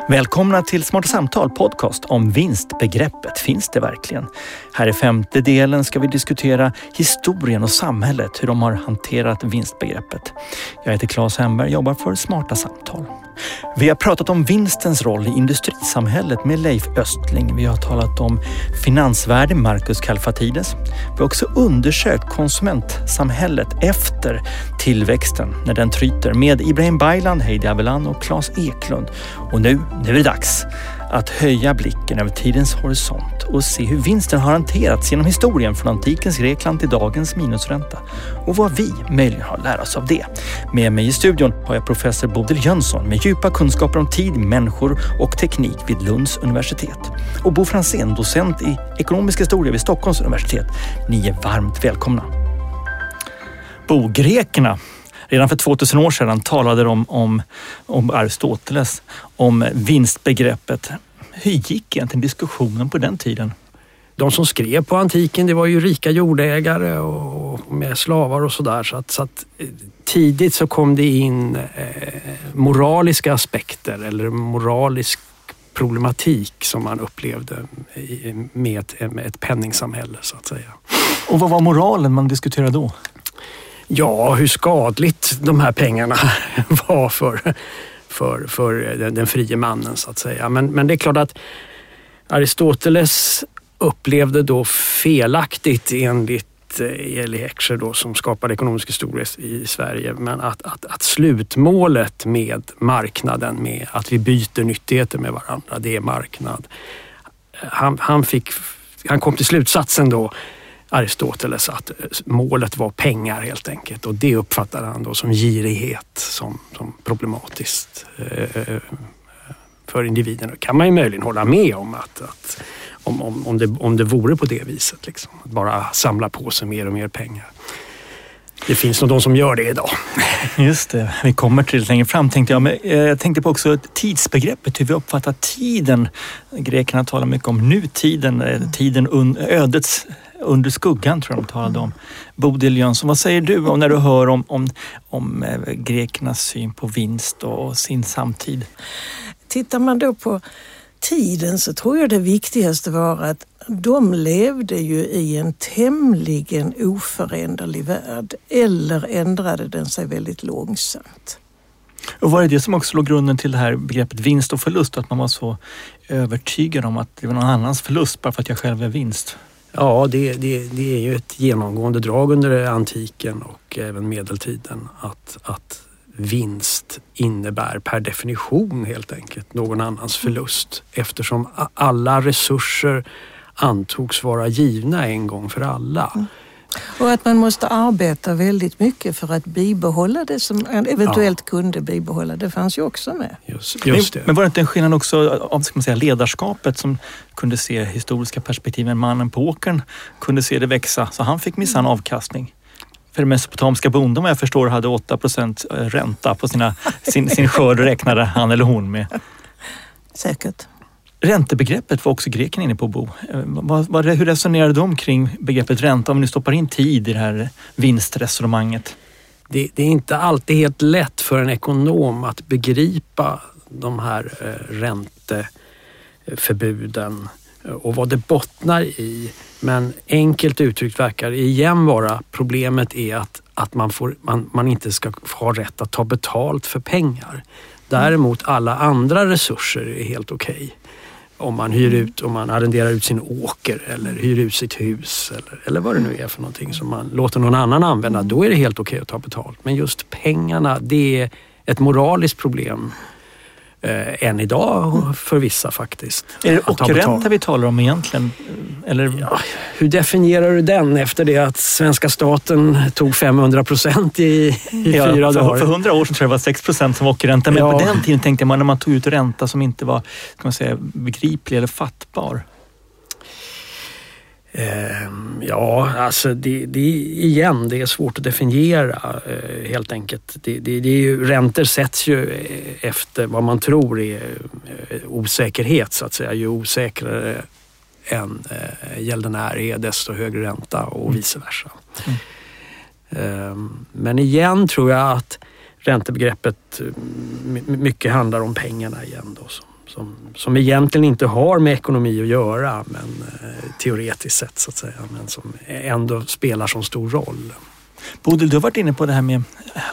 Välkomna till Smarta Samtal podcast om vinstbegreppet. Finns det verkligen? Här i 5:e delen ska vi diskutera historien och samhället, hur de har hanterat vinstbegreppet. Jag heter Claes Hemberg och jobbar för Smarta Samtal. Vi har pratat om vinstens roll i industrisamhället med Leif Östling. Vi har talat om finansvärde Marcus Kallifatides. Vi har också undersökt konsumentsamhället efter tillväxten när den tryter med Ibrahim Baylan, Heidi Avellan och Claes Eklund. Och nu är det dags att höja blicken över tidens horisont och se hur vinsten har hanterats genom historien från antikens Grekland till dagens minusränta och vad vi möjligen har lärt oss av det. Med mig i studion har jag professor Bodil Jönsson med djupa kunskaper om tid, människor och teknik vid Lunds universitet. Och Bo Franzén, docent i ekonomisk historia vid Stockholms universitet. Ni är varmt välkomna. Bo, grekerna. Redan för 2000 år sedan talade de om Aristoteles, om vinstbegreppet. Hur gick egentligen diskussionen på den tiden? De som skrev på antiken, det var ju rika jordägare och med slavar och sådär. Så att tidigt så kom det in moraliska aspekter eller moralisk problematik som man upplevde med ett penningsamhälle så att säga. Och vad var moralen man diskuterade då? Ja, hur skadligt de här pengarna var för den frie mannen så att säga. Men det är klart att Aristoteles upplevde då felaktigt enligt Eli Heckscher då, som skapade ekonomisk historia i Sverige, men att slutmålet med marknaden, med att vi byter nyttigheter med varandra, det är marknad. Han kom till slutsatsen då, Aristoteles, att målet var pengar helt enkelt, och det uppfattade han då som girighet, som problematiskt för individen. Det kan man ju möjligen hålla med om att om det vore på det viset liksom, att bara samla på sig mer och mer pengar. Det finns nog de som gör det idag. Just det, vi kommer till det längre fram tänkte jag. Men jag tänkte på också tidsbegreppet, hur vi uppfattar tiden. Grekerna talar mycket om nutiden, tiden ödets under skuggan tror jag de talade om. Bodil Jönsson, vad säger du när du hör om grekernas syn på vinst och sin samtid? Tittar man då på tiden så tror jag det viktigaste var att de levde ju i en tämligen oföränderlig värld, eller ändrade den sig väldigt långsamt. Och var det som också låg grunden till det här begreppet vinst och förlust, att man var så övertygad om att det var någon annans förlust bara för att jag själv är vinst? Ja, det är ju ett genomgående drag under antiken och även medeltiden att vinst innebär per definition helt enkelt någon annans förlust, eftersom alla resurser antogs vara givna en gång för alla. Och att man måste arbeta väldigt mycket för att bibehålla det som man eventuellt kunde bibehålla. Det fanns ju också med. Just det. Men var det inte en skillnad också av ledarskapet som kunde se historiska perspektiven? Mannen på åkern kunde se det växa, så han fick minsann avkastning. För den mesopotamiska bonden, vad jag förstår, hade 8% ränta på sin skörd, räknade han eller hon med. Säkert. Räntebegreppet var också greken inne på, Bo. Hur resonerade de kring begreppet ränta om vi nu stoppar in tid i det här vinstresonemanget? Det är inte alltid helt lätt för en ekonom att begripa de här ränteförbuden och vad det bottnar i. Men enkelt uttryckt verkar det igen vara problemet är att man inte ska ha rätt att ta betalt för pengar. Däremot alla andra resurser är helt okej. Om man arrenderar ut sin åker eller hyr ut sitt hus eller vad det nu är för någonting som man låter någon annan använda, då är det helt okej att ta betalt. Men just pengarna, det är ett moraliskt problem än idag för vissa faktiskt. Är det ockerränta vi talar om egentligen? Eller? Ja, hur definierar du den efter det att svenska staten tog 500% i 4 dagar? För 100 år sedan tror jag det var 6% som var ockerränta. Men på den tiden tänkte man när man tog ut ränta som inte var begriplig eller fattbar. Alltså det är svårt att definiera helt enkelt. Det är ju, räntor sätts ju efter vad man tror är osäkerhet så att säga. Ju osäkrare en gäldenär är desto högre ränta och vice versa. Men igen tror jag att räntebegreppet mycket handlar om pengarna igen då, som egentligen inte har med ekonomi att göra, men teoretiskt sett så att säga, men som ändå spelar som stor roll. Bodil, du har varit inne på det här med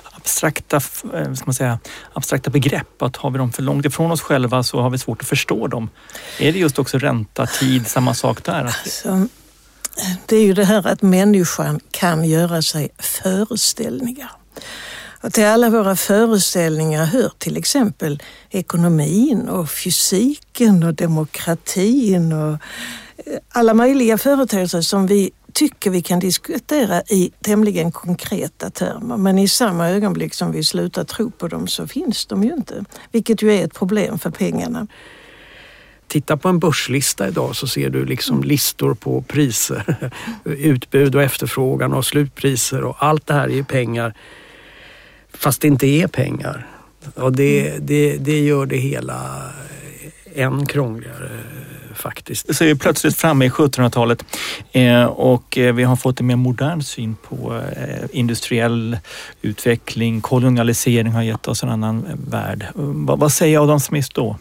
abstrakta begrepp. Att har vi dem för långt ifrån oss själva så har vi svårt att förstå dem. Är det just också ränta, tid, samma sak där? Alltså, det är ju det här att människan kan göra sig föreställningar. Och till alla våra föreställningar hör till exempel ekonomin och fysiken och demokratin och alla möjliga företeelser som vi tycker vi kan diskutera i tämligen konkreta termer. Men i samma ögonblick som vi slutar tro på dem så finns de ju inte. Vilket ju är ett problem för pengarna. Titta på en börslista idag så ser du liksom listor på priser, utbud och efterfrågan och slutpriser och allt det här är pengar fast det inte är pengar. Och det gör det hela än krångligare faktiskt. Så är vi plötsligt framme i 1700-talet och vi har fått en mer modern syn på industriell utveckling, kolonialisering har gett oss en annan värld. Vad säger Adam Smith då?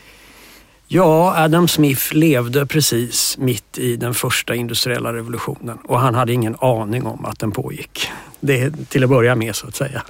Ja, Adam Smith levde precis mitt i den första industriella revolutionen och han hade ingen aning om att den pågick. Det är till att börja med så att säga.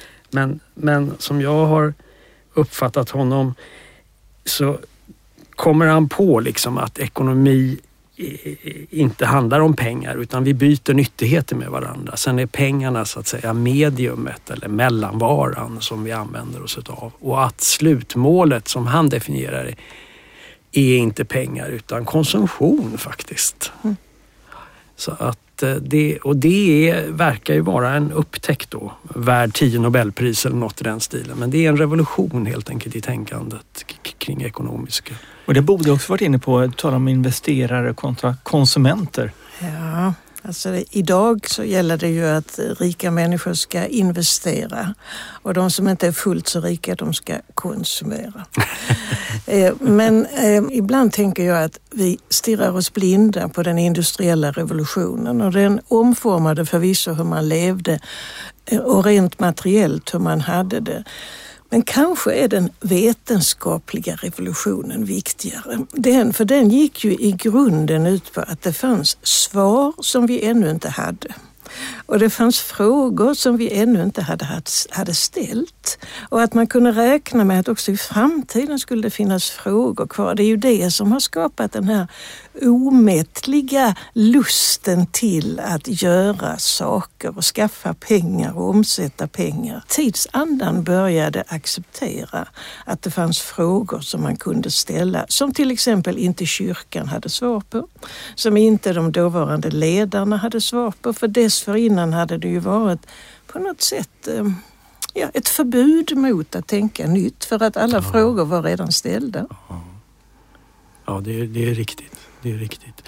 Men som jag har uppfattat honom så kommer han på liksom att ekonomi inte handlar om pengar utan vi byter nyttigheter med varandra. Sen är pengarna så att säga mediumet eller mellanvaran som vi använder oss av. Och att slutmålet som han definierar är inte pengar utan konsumtion faktiskt. Mm. Så att det verkar ju vara en upptäckt då, värd 10 Nobelpris eller något i den stilen. Men det är en revolution helt enkelt i tänkandet kring ekonomiska. Och det borde också varit inne på att tala om investerare kontra konsumenter. Ja, alltså idag så gäller det ju att rika människor ska investera och de som inte är fullt så rika de ska konsumera. Men ibland tänker jag att vi stirrar oss blinda på den industriella revolutionen och den omformade förvisso hur man levde och rent materiellt hur man hade det. Men kanske är den vetenskapliga revolutionen viktigare. För den gick ju i grunden ut på att det fanns svar som vi ännu inte hade. Och det fanns frågor som vi ännu inte hade ställt. Och att man kunde räkna med att också i framtiden skulle det finnas frågor kvar. Det är ju det som har skapat den här omättliga lusten till att göra saker och skaffa pengar och omsätta pengar. Tidsandan började acceptera att det fanns frågor som man kunde ställa. Som till exempel inte kyrkan hade svar på. Som inte de dåvarande ledarna hade svar på. För dessförinnan hade det ju varit på något sätt ett förbud mot att tänka nytt. För att alla frågor var redan ställda. Ja, det är riktigt. Det är riktigt.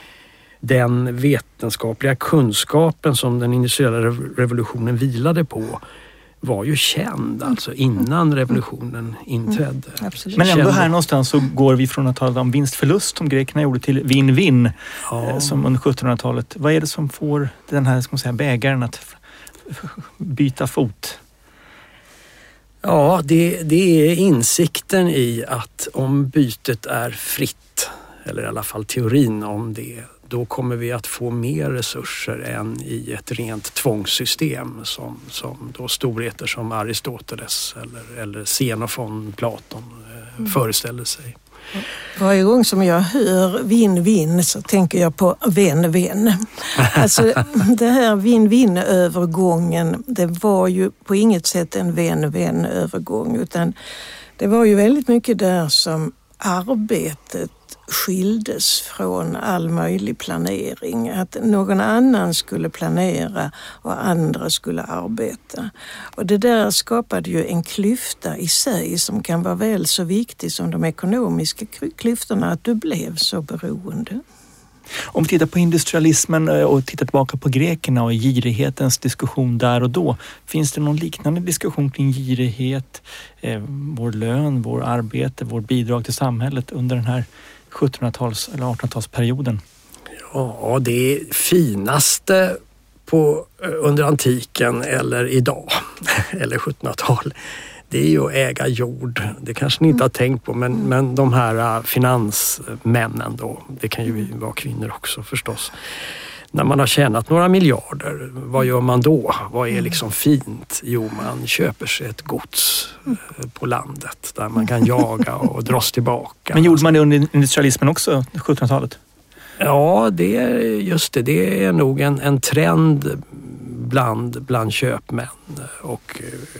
Den vetenskapliga kunskapen som den industriella revolutionen vilade på var ju känd alltså innan revolutionen inträdde. Men ändå här någonstans så går vi från att tala om vinstförlust som grekerna gjorde till win-win som under 1700-talet. Vad är det som får den här bägaren att byta fot? Ja, det är insikten i att om bytet är fritt, eller i alla fall teorin om det, då kommer vi att få mer resurser än i ett rent tvångssystem som då storheter som Aristoteles eller Xenofon, Platon föreställer sig. Varje gång som jag hör win-win så tänker jag på vän-vän. Alltså det här win-win-övergången, det var ju på inget sätt en vän-vän-övergång utan det var ju väldigt mycket där som arbetet skildes från all möjlig planering. Att någon annan skulle planera och andra skulle arbeta. Och det där skapade ju en klyfta i sig som kan vara väl så viktig som de ekonomiska klyftorna, att du blev så beroende. Om vi tittar på industrialismen och tittar tillbaka på grekerna och girighetens diskussion där och då. Finns det någon liknande diskussion kring girighet, vår lön, vår arbete, vårt bidrag till samhället under den här 1700-tals eller 1800-talsperioden? Ja, det finaste under antiken eller idag eller 1700-tal, det är ju att äga jord. Det kanske ni inte har tänkt på, men de här finansmännen då, det kan ju vara kvinnor också förstås. När man har tjänat några miljarder, vad gör man då? Vad är liksom fint? Jo, man köper sig ett gods på landet där man kan jaga och dras tillbaka. Men gjorde man det under industrialismen också, 1700-talet? Ja, det är nog en trend bland köpmän och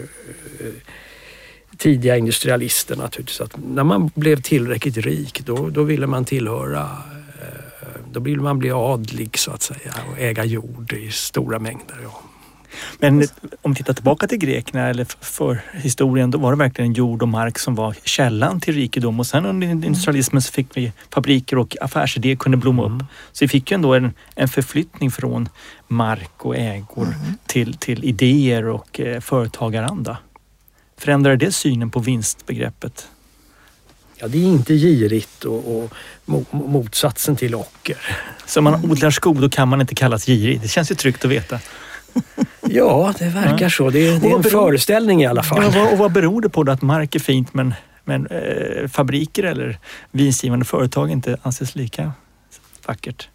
tidiga industrialister naturligtvis. Att när man blev tillräckligt rik, då ville man tillhöra, då ville man bli adlig så att säga och äga jord i stora mängder. Ja. Men om vi tittar tillbaka till grekerna eller för historien, då var det verkligen jord och mark som var källan till rikedom, och sen under industrialismen så fick vi fabriker och affärsidéer kunde blomma upp. Så vi fick ju ändå en förflyttning från mark och ägor till idéer och företagaranda. Förändrar det synen på vinstbegreppet? Ja, det är inte girigt och motsatsen till ocker. Så om man odlar skog, då kan man inte kallas girig. Det känns ju tryggt att veta. Ja, det verkar så. Det är en föreställning i alla fall. Ja, och vad beror det på då att mark är fint men fabriker eller vinsgivande företag inte anses lika vackert?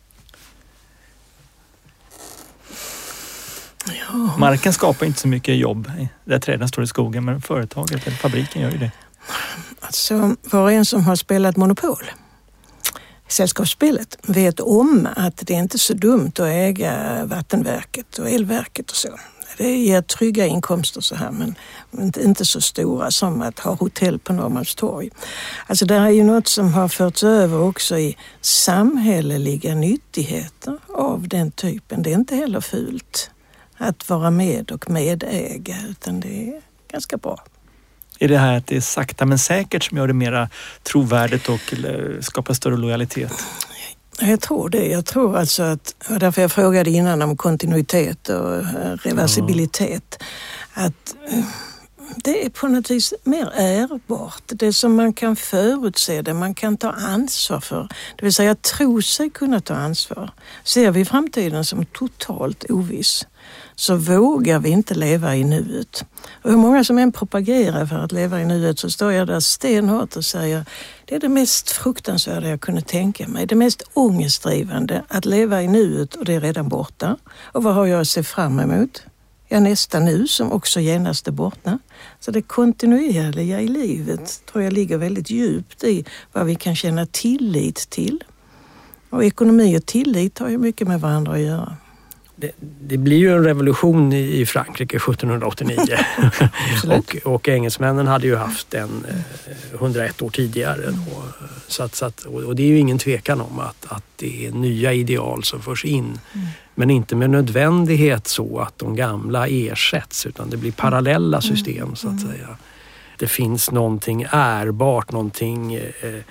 Ja. Marken skapar inte så mycket jobb där träden står i skogen, men företaget eller fabriken gör ju det. Alltså, var och en som har spelat Monopol, sällskapsspelet, vet om att det är inte så dumt att äga vattenverket och elverket och så. Det ger trygga inkomster så här, men inte så stora som att ha hotell på Norrmalmstorg. Alltså det är ju något som har förts över också i samhälleliga nyttigheter av den typen. Det är inte heller fult att vara med och medäga, utan det är ganska bra. Är det här att det är sakta men säkert som gör det mer trovärdigt och skapar större lojalitet? Jag tror det. Jag tror alltså att, och därför jag frågade innan om kontinuitet och reversibilitet, att det är på något vis mer ärbart. Det som man kan förutse, det man kan ta ansvar för. Det vill säga tro sig kunna ta ansvar. Ser vi framtiden som totalt oviss, så vågar vi inte leva i nuet. Och hur många som än propagerar för att leva i nuet, så står jag där stenhårt och säger det är det mest fruktansvärda jag kunde tänka mig. Det mest ångestdrivande att leva i nuet, och det är redan borta. Och vad har jag att se fram emot? Ja, nästa nu som också genast är borta. Så det kontinuerliga i livet tror jag ligger väldigt djupt i vad vi kan känna tillit till. Och ekonomi och tillit har ju mycket med varandra att göra. Det blir ju en revolution i Frankrike 1789 och engelsmännen hade ju haft den 101 år tidigare. Och det är ju ingen tvekan om att det är nya ideal som förs in. Men inte med nödvändighet så att de gamla ersätts, utan det blir parallella system så att säga. Det finns någonting ärbart, någonting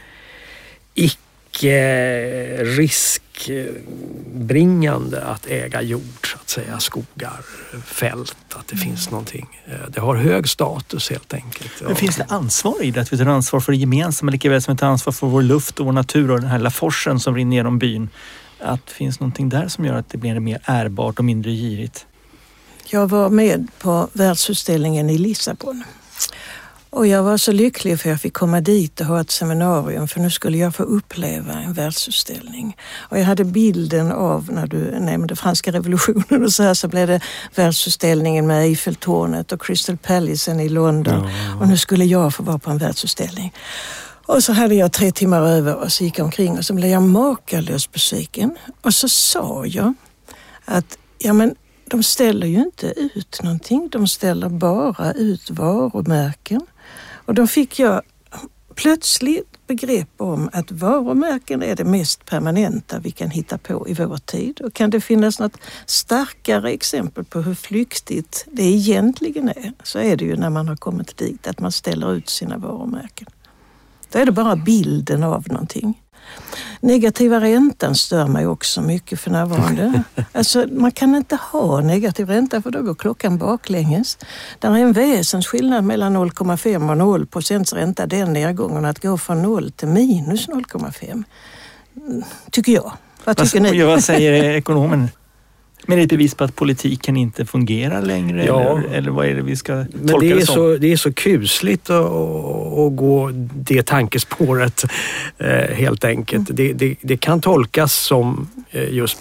riskbringande att äga jord, så att säga, skogar, fält, att det finns någonting. Det har hög status helt enkelt. Men finns det ansvar i det? Att vi tar ansvar för det gemensamma lika väl som vi tar ansvar för vår luft och vår natur och den här Laforsen som rinner genom byn? Att det finns någonting där som gör att det blir mer ärbart och mindre girigt? Jag var med på världsutställningen i Lissabon. Och jag var så lycklig för jag fick komma dit och ha ett seminarium, för nu skulle jag få uppleva en världsutställning. Och jag hade bilden av när du nämnde franska revolutionen och så blev det världsutställningen med Eiffeltornet och Crystal Palace i London. Ja. Och nu skulle jag få vara på en världsutställning. Och så hade jag 3 timmar över och så gick jag omkring och så blev jag makalöst besviken. Och så sa jag att de ställer ju inte ut någonting, de ställer bara ut varumärken. Och då fick jag plötsligt begrepp om att varumärken är det mest permanenta vi kan hitta på i vår tid. Och kan det finnas något starkare exempel på hur flyktigt det egentligen är, så är det ju när man har kommit dit att man ställer ut sina varumärken. Då är det bara bilden av någonting. Negativa räntan stör mig också mycket för närvarande. Alltså, man kan inte ha negativ ränta för då går klockan baklänges. Det är en väsensskillnad mellan 0,5 och 0% ränta, den nedgången, att gå från 0 till minus 0,5. Tycker jag. Vad tycker ni? Vad säger ekonomen? Men är det ett bevis på att politiken inte fungerar längre? Ja. Eller vad är det vi ska tolka Men det som? Det är så kusligt att gå det tankespåret helt enkelt. Det kan tolkas som just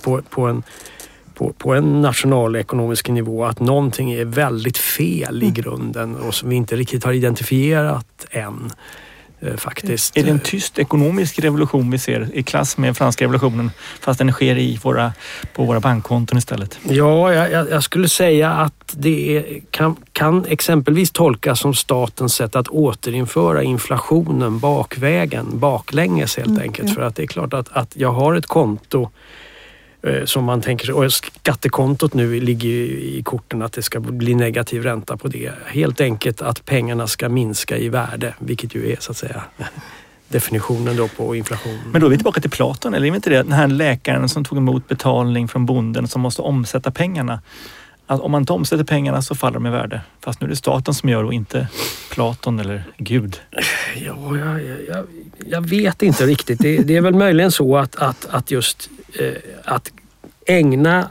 på en nationalekonomisk nivå att någonting är väldigt fel i grunden och som vi inte riktigt har identifierat än. Faktiskt. Är det en tyst ekonomisk revolution vi ser i klass med franska revolutionen fast den sker på våra bankkonton istället? Ja, jag skulle säga att det kan exempelvis tolkas som statens sätt att återinföra inflationen baklänges helt enkelt. För att det är klart att jag har ett konto som man tänker sig, och skattekontot nu ligger i korten att det ska bli negativ ränta på det. Helt enkelt att pengarna ska minska i värde, vilket ju är så att säga definitionen då på inflation. Men då är vi tillbaka till Platon, eller är inte det? Den här läkaren som tog emot betalning från bonden som måste omsätta pengarna. Att om man inte omsätter pengarna så faller de i värde. Fast nu är det staten som gör och inte Platon eller Gud. Ja, jag vet inte riktigt. Det är väl möjligen så att just att ägna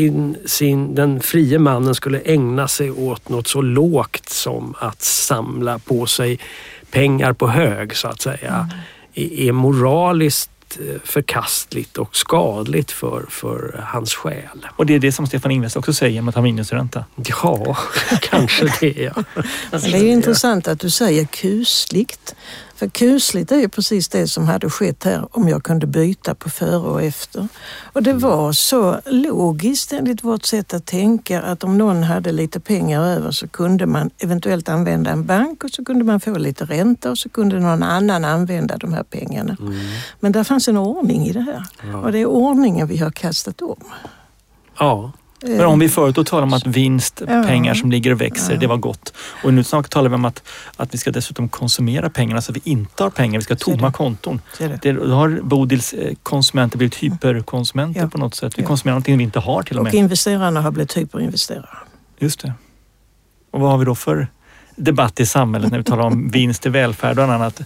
den frie mannen skulle ägna sig åt något så lågt som att samla på sig pengar på hög så att säga är moraliskt förkastligt och skadligt för hans själ. Och det är det som Stefan Ingves också säger med att ha minusränta. Ja, kanske det, ja. Det är ju intressant att du säger kusligt. För kusligt är ju precis det som hade skett här om jag kunde byta på före och efter. Och det var så logiskt enligt vårt sätt att tänka att om någon hade lite pengar över så kunde man eventuellt använda en bank och så kunde man få lite ränta och så kunde någon annan använda de här pengarna. Men där fanns en ordning i det här. Ja. Och det är ordningen vi har kastat om. Ja. Men om vi förut då talar om att vinst, pengar som ligger och växer, det var gott. Och nu snart talar vi om att vi ska dessutom konsumera pengarna så att vi inte har pengar, vi ska ha tomma konton. Då har Bodils konsumenter blivit hyperkonsumenter på något sätt. Vi konsumerar någonting vi inte har till och med. Och investerarna har blivit hyperinvesterare. Just det. Och vad har vi då för debatt i samhället när vi talar om vinst i välfärd och annat?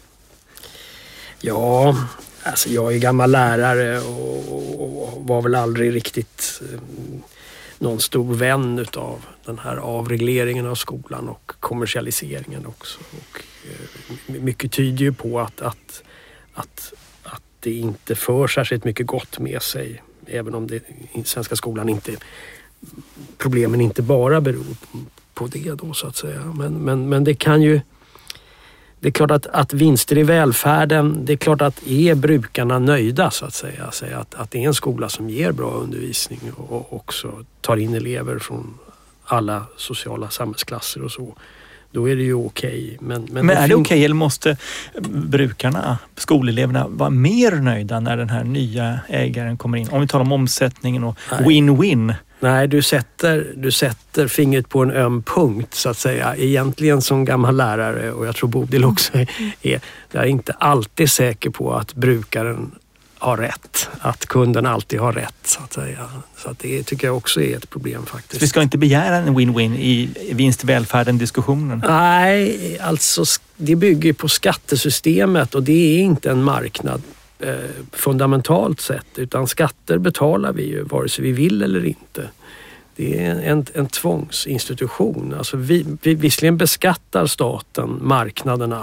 Ja, alltså jag är gammal lärare och var väl aldrig riktigt någon stor vän utav den här avregleringen av skolan och kommersialiseringen också. Och mycket tyder ju på att det inte för särskilt mycket gott med sig, även om det i svenska skolan problemen inte bara beror på det då så att säga. Men det kan ju. Det är klart att vinster i välfärden, det är klart att är brukarna nöjda så att säga. Att det är en skola som ger bra undervisning och också tar in elever från alla sociala samhällsklasser och så. Då är det ju okej. Men är det okej eller måste brukarna, skoleleverna, vara mer nöjda när den här nya ägaren kommer in? Om vi talar om omsättningen och win-win. Nej, du sätter fingret på en öm punkt så att säga. Egentligen som gammal lärare, och jag tror Bodil också är, jag är inte alltid säker på att brukaren har rätt. Att kunden alltid har rätt så att säga. Så att det tycker jag också är ett problem faktiskt. Så vi ska inte begära en win-win i vinst i välfärden-diskussionen? Nej, alltså det bygger på skattesystemet och det är inte en marknad fundamentalt sett, utan skatter betalar vi ju vare sig vi vill eller inte. Det är en tvångsinstitution. Alltså vi visserligen beskattar staten marknaderna,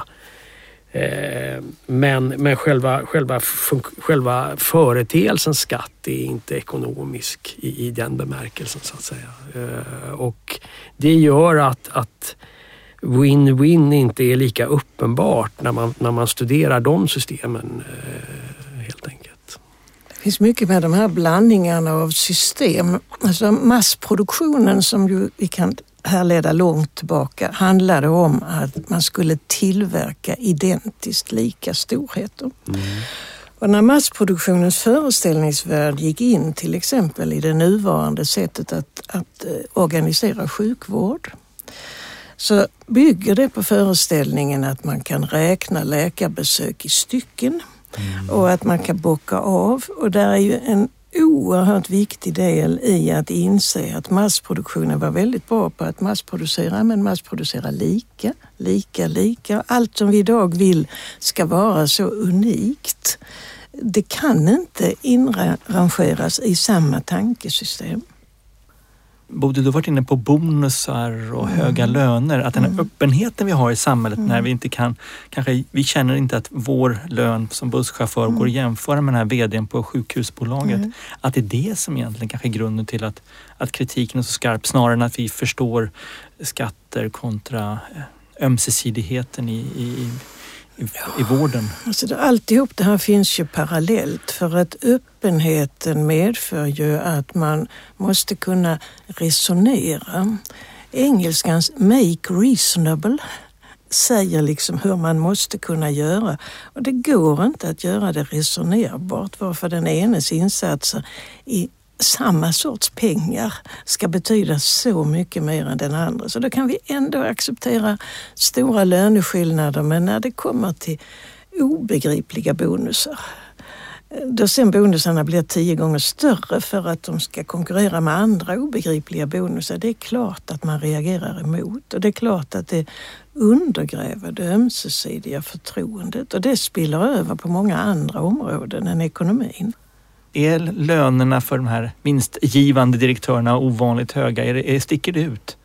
men själva företeelsen skatt är inte ekonomisk i den bemärkelsen så att säga. Och det gör att win-win inte är lika uppenbart när man studerar de systemen helt enkelt. Det finns mycket med de här blandningarna av system. Alltså massproduktionen som ju vi kan härleda långt tillbaka handlade om att man skulle tillverka identiskt lika storheter. Och när massproduktionens föreställningsvärld gick in till exempel i det nuvarande sättet att organisera sjukvård, så bygger det på föreställningen att man kan räkna läkarbesök i stycken och att man kan bocka av. Och där är ju en oerhört viktig del i att inse att massproduktionen var väldigt bra på att massproducera, men massproducera lika. Allt som vi idag vill ska vara så unikt det kan inte inrangeras i samma tankesystem. Bodil, du har varit inne på bonusar och höga löner. Att den här öppenheten vi har i samhället när vi inte kan, kanske vi känner inte att vår lön som busschaufför går att jämföra med den här vdn på sjukhusbolaget. Att det är det som egentligen kanske är grunden till att kritiken är så skarp snarare än att vi förstår skatter kontra ömsesidigheten i vården. Alltså alltihop det här finns ju parallellt, för att öppenheten medför ju att man måste kunna resonera. Engelskans make reasonable säger liksom hur man måste kunna göra, och det går inte att göra det resonerbart varför den enes insatser i samma sorts pengar ska betyda så mycket mer än den andra. Så då kan vi ändå acceptera stora löneskillnader, men när det kommer till obegripliga bonusar, då sen bonusarna blir 10 gånger större för att de ska konkurrera med andra obegripliga bonusar, det är klart att man reagerar emot, och det är klart att det undergräver det ömsesidiga förtroendet, och det spiller över på många andra områden än ekonomin. Är lönerna för de här vinstgivande direktörerna ovanligt höga? Sticker det ut?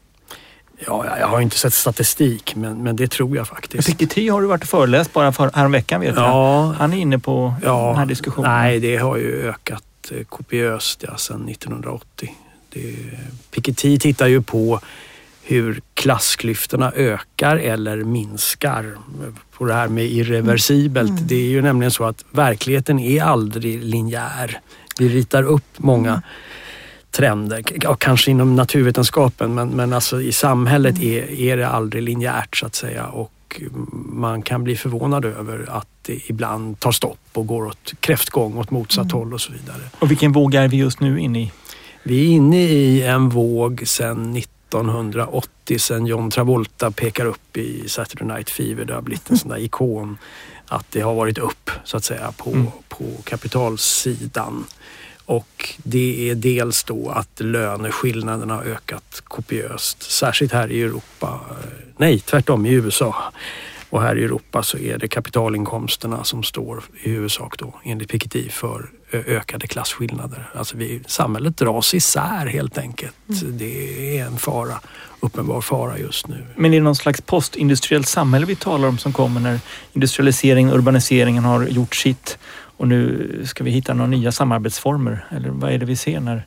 Ja, jag har inte sett statistik, men det tror jag faktiskt. Piketty har du varit och föreläst bara för häromveckan, vet jag. Han är inne på den här diskussionen. Nej, det har ju ökat kopiöst sedan 1980. Piketty tittar ju på hur klassklyftorna ökar eller minskar, på det här med irreversibelt. Det är ju nämligen så att verkligheten är aldrig linjär. Vi ritar upp många trender, kanske inom naturvetenskapen, men alltså i samhället är det aldrig linjärt så att säga, och man kan bli förvånad över att det ibland tar stopp och går åt kräftgång åt motsatt håll och så vidare. Och vilken våg är vi just nu inne i? Vi är inne i en våg sedan 1980, sen John Travolta pekar upp i Saturday Night Fever. Det har blivit en sån där ikon att det har varit upp så att säga på kapitalsidan. Och det är dels då att löneskillnaderna har ökat kopiöst, särskilt här i Europa. Nej, tvärtom i USA. Och här i Europa så är det kapitalinkomsterna som står i huvudsak då, enligt Piketty, för ökade klasskillnader. Alltså samhället dras isär helt enkelt. Det är en fara, uppenbar fara just nu. Men är det någon slags postindustriellt samhälle vi talar om som kommer när industrialiseringen och urbaniseringen har gjort sitt och nu ska vi hitta några nya samarbetsformer? Eller vad är det vi ser när...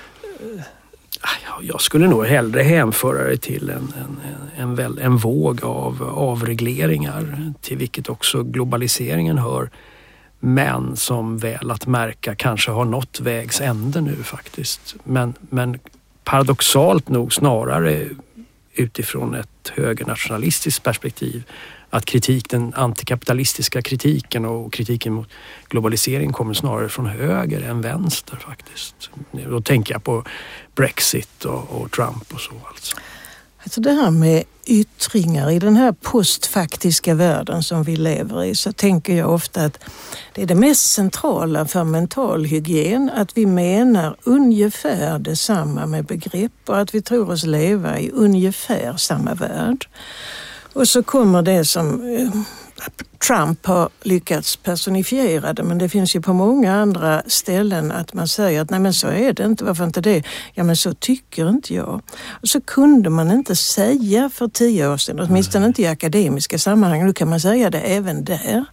Jag skulle nog hellre hänföra det till en våg av avregleringar, till vilket också globaliseringen hör, men som väl att märka kanske har nått vägs ände nu faktiskt. Men paradoxalt nog snarare utifrån ett högernationalistiskt perspektiv, att den antikapitalistiska kritiken och kritiken mot globalisering kommer snarare från höger än vänster faktiskt. Då tänker jag på Brexit och Trump och så alltså. Alltså det här med yttringar i den här postfaktiska världen som vi lever i, så tänker jag ofta att det är det mest centrala för mental hygien, att vi menar ungefär detsamma med begrepp och att vi tror oss leva i ungefär samma värld. Och så kommer det som Trump har lyckats personifiera det, men det finns ju på många andra ställen att man säger att nej men så är det inte, varför inte det? Ja men så tycker inte jag. Och så kunde man inte säga för 10 år sedan, åtminstone inte i akademiska sammanhang, nu kan man säga det även där.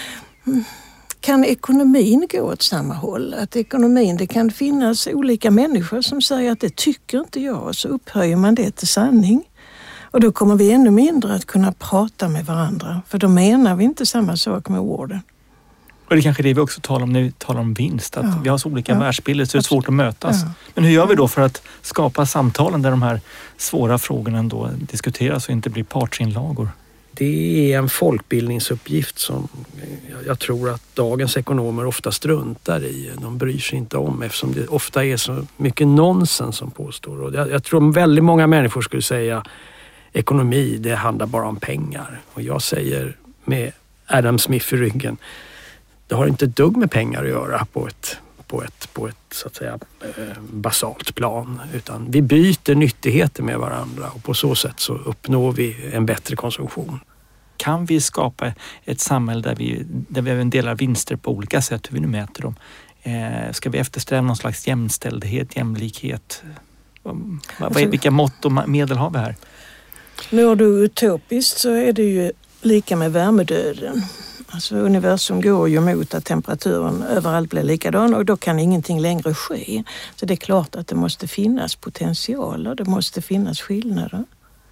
Kan ekonomin gå åt samma håll? Att ekonomin, det kan finnas olika människor som säger att det tycker inte jag, och så upphöjer man det till sanning. Och då kommer vi ännu mindre att kunna prata med varandra. För då menar vi inte samma sak med orden. Och det är kanske det vi också talar om när vi talar om vinst. Att vi har så olika världsbilder så det är svårt att mötas. Ja. Men hur gör vi då för att skapa samtalen där de här svåra frågorna ändå diskuteras och inte blir partsinlagor? Det är en folkbildningsuppgift som jag tror att dagens ekonomer ofta struntar i. De bryr sig inte om, eftersom det ofta är så mycket nonsens som påstår. Och jag tror väldigt många människor skulle säga ekonomi, det handlar bara om pengar. Och jag säger med Adam Smith i ryggen, det har inte ett dugg med pengar att göra på ett så att säga basalt plan, utan vi byter nyttigheter med varandra och på så sätt så uppnår vi en bättre konsumtion. Kan vi skapa ett samhälle där vi även delar vinster på olika sätt, hur vi nu mäter dem? Ska vi eftersträva någon slags jämställdhet, jämlikhet? Vilka mått och medel har vi här? Når du utopiskt så är det ju lika med värmedöden. Alltså universum går ju mot att temperaturen överallt blir likadan och då kan ingenting längre ske. Så det är klart att det måste finnas potentialer, det måste finnas skillnader.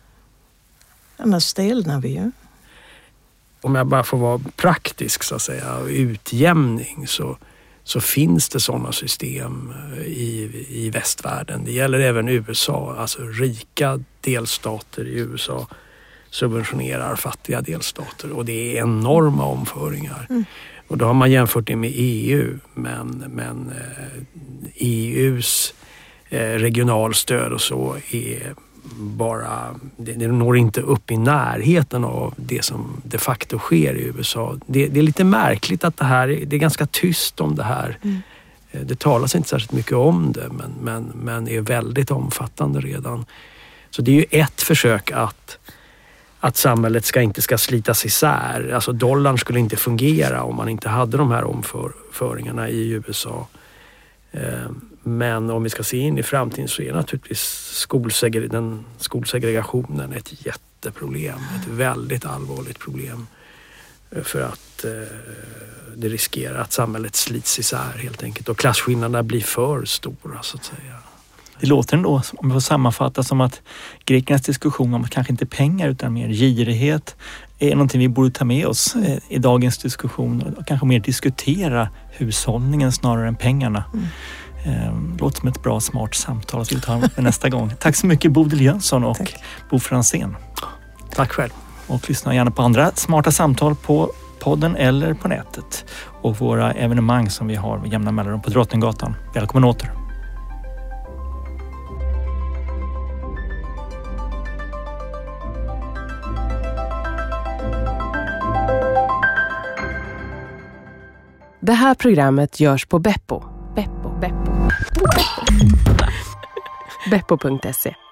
Annars stelnar vi ju. Om jag bara får vara praktisk så att säga, utjämning så finns det sådana system i västvärlden. Det gäller även USA, alltså rika delstater i USA subventionerar fattiga delstater och det är enorma omföringar. Och då har man jämfört det med EU, men EUs regionalstöd och så är bara, det når inte upp i närheten av det som de facto sker i USA. Det är lite märkligt att det är ganska tyst om det här. Det talas inte särskilt mycket om det, men är väldigt omfattande redan. Så det är ju ett försök att samhället inte ska slitas isär. Alltså dollarn skulle inte fungera om man inte hade de här omföringarna i USA. Men om vi ska se in i framtiden så är naturligtvis skolsegregationen ett jätteproblem. Ett väldigt allvarligt problem. För att det riskerar att samhället slits isär helt enkelt. Och klasskillnaderna blir för stora så att säga. Det låter ändå, om vi får sammanfatta, som att grekernas diskussion om kanske inte pengar utan mer girighet är någonting vi borde ta med oss i dagens diskussion och kanske mer diskutera hushållningen snarare än pengarna. Låter som ett bra, smart samtal att vi tar med nästa gång. Tack så mycket Bodil Jönsson och Bo Franzén. Tack själv. Och lyssna gärna på andra smarta samtal på podden eller på nätet och våra evenemang som vi har med jämna mellanrum på Drottninggatan. Välkommen åter. Det här programmet görs på Beppo. Beppo.se